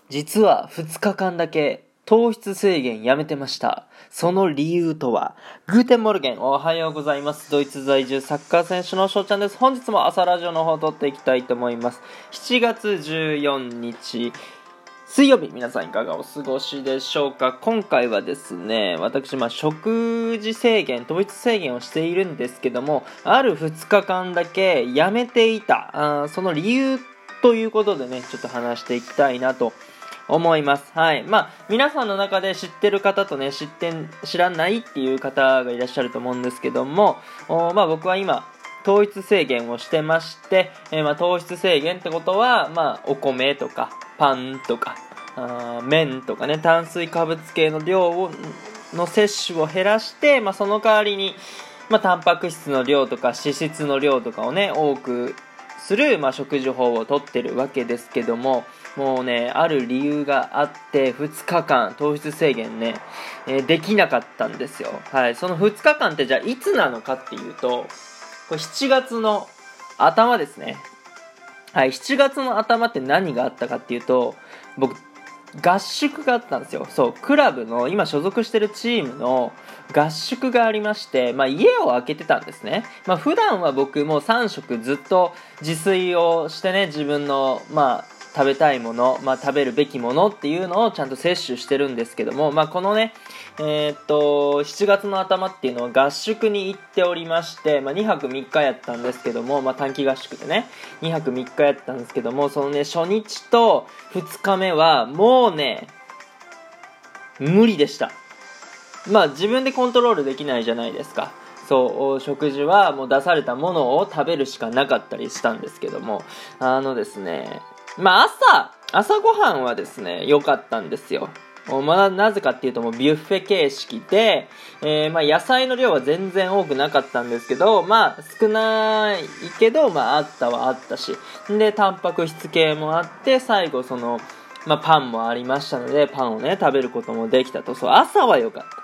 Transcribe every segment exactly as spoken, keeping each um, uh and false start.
実はふつかかんだけ糖質制限やめてました。その理由とは、グーテンモルゲン、おはようございます。ドイツ在住サッカー選手の翔ちゃんです。本日も朝ラジオの方を撮っていきたいと思います。しちがつじゅうよっか水曜日、皆さんいかがお過ごしでしょうか。今回はですね、私、まあ、食事制限、糖質制限をしているんですけども、あるふつかかんだけやめていた、あその理由ということでね、ちょっと話していきたいなと思います。はい。まあ、皆さんの中で知ってる方とね、知って、知らないっていう方がいらっしゃると思うんですけども、まあ僕は今、糖質制限をしてまして、えー、まあ糖質制限ってことは、まあお米とかパンとかあ麺とかね、炭水化物系の量をの摂取を減らして、まあその代わりに、まあタンパク質の量とか脂質の量とかをね、多くする、まあ、食事法をとってるわけですけども、もうね、ある理由があってふつかかん糖質制限ね、えー、できなかったんですよ。はい。そのふつかかんってじゃあいつなのかっていうと、これしちがつの頭ですね。はい。しちがつの頭って何があったかっていうと、僕合宿があったんですよ。そう、クラブの今所属してるチームの合宿がありまして、まあ家を空けてたんですね。まあ普段は僕もうさん食ずっと自炊をしてね、自分のまあ食べたいもの、まあ食べるべきものっていうのをちゃんと摂取してるんですけども、まあこのね、えー、っと、しちがつの頭っていうのは合宿に行っておりまして、まあにはくみっかやったんですけども、まあ短期合宿でね、にはくみっかやったんですけども、そのね、初日とふつかめはもうね、無理でした。まあ自分でコントロールできないじゃないですか。そう、食事はもう出されたものを食べるしかなかったりしたんですけども、あのですね、まあ朝、朝ごはんはですね、良かったんですよ。まあ、なぜかっていうともうビュッフェ形式で、えー、まあ野菜の量は全然多くなかったんですけど、まあ少ないけど、まああったはあったし、で、タンパク質系もあって、最後その、まあパンもありましたので、パンをね、食べることもできたと。そう、朝は良かったです。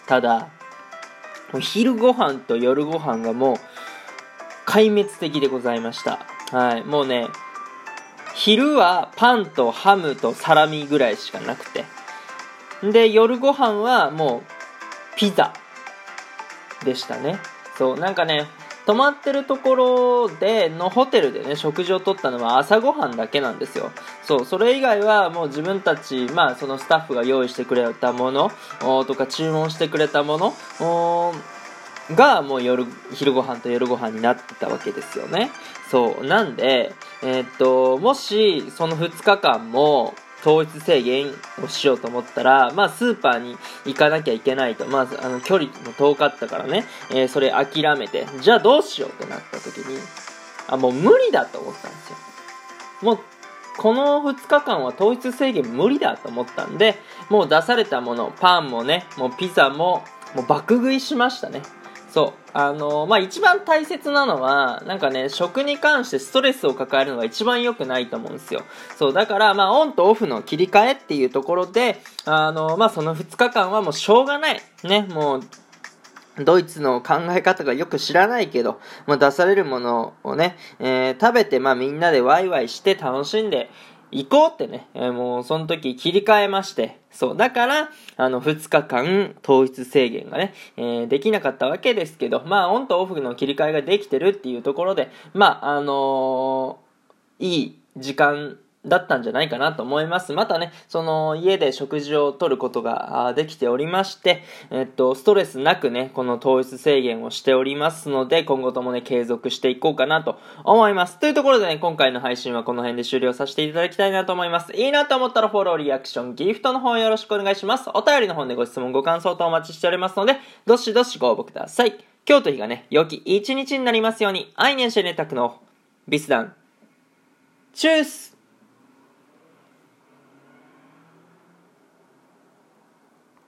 ただ、昼ご飯と夜ご飯がもう、壊滅的でございました。はい、もうね、昼はパンとハムとサラミぐらいしかなくて、で夜ご飯はもうピザでしたね。そう、なんかね、泊まってるところでのホテルでね、食事をとったのは朝ごはんだけなんですよ。そう、それ以外はもう自分たち、まあそのスタッフが用意してくれたものとか注文してくれたものがもう夜昼ご飯と夜ご飯になってたわけですよね。そうなんで、えー、っともしそのふつかかんも糖質制限をしようと思ったら、まあスーパーに行かなきゃいけないと、まずあの距離も遠かったからね、えー、それ諦めて、じゃあどうしようってなった時に、あ、もう無理だと思ったんですよ。もうこのふつかかんは糖質制限無理だと思ったんで、もう出されたもの、パンもね、もうピザももう爆食いしましたね。そう。あのー、まあ、一番大切なのは、なんかね、食に関してストレスを抱えるのが一番良くないと思うんですよ。そう。だから、まあ、オンとオフの切り替えっていうところで、あのー、まあ、そのふつかかんはもうしょうがない。ね、もう、ドイツの考え方がよく知らないけど、まあ、出されるものをね、えー、食べて、まあ、みんなでワイワイして楽しんで、行こうってね、えー、もうその時切り替えまして、そう、だから、あの、ふつかかん糖質制限がね、えー、できなかったわけですけど、まあ、オンとオフの切り替えができてるっていうところで、まあ、あのー、いい時間だったんじゃないかなと思います。またね、その家で食事をとることができておりまして、えっと、ストレスなくね、この糖質制限をしておりますので、今後ともね、継続していこうかなと思います。というところでね、今回の配信はこの辺で終了させていただきたいなと思います。いいなと思ったらフォロー、リアクション、ギフトの方よろしくお願いします。お便りの方でご質問、ご感想とお待ちしておりますので、どしどしご応募ください。今日と日がね、良き一日になりますように、アイネンシェネタクのビスダン。チュース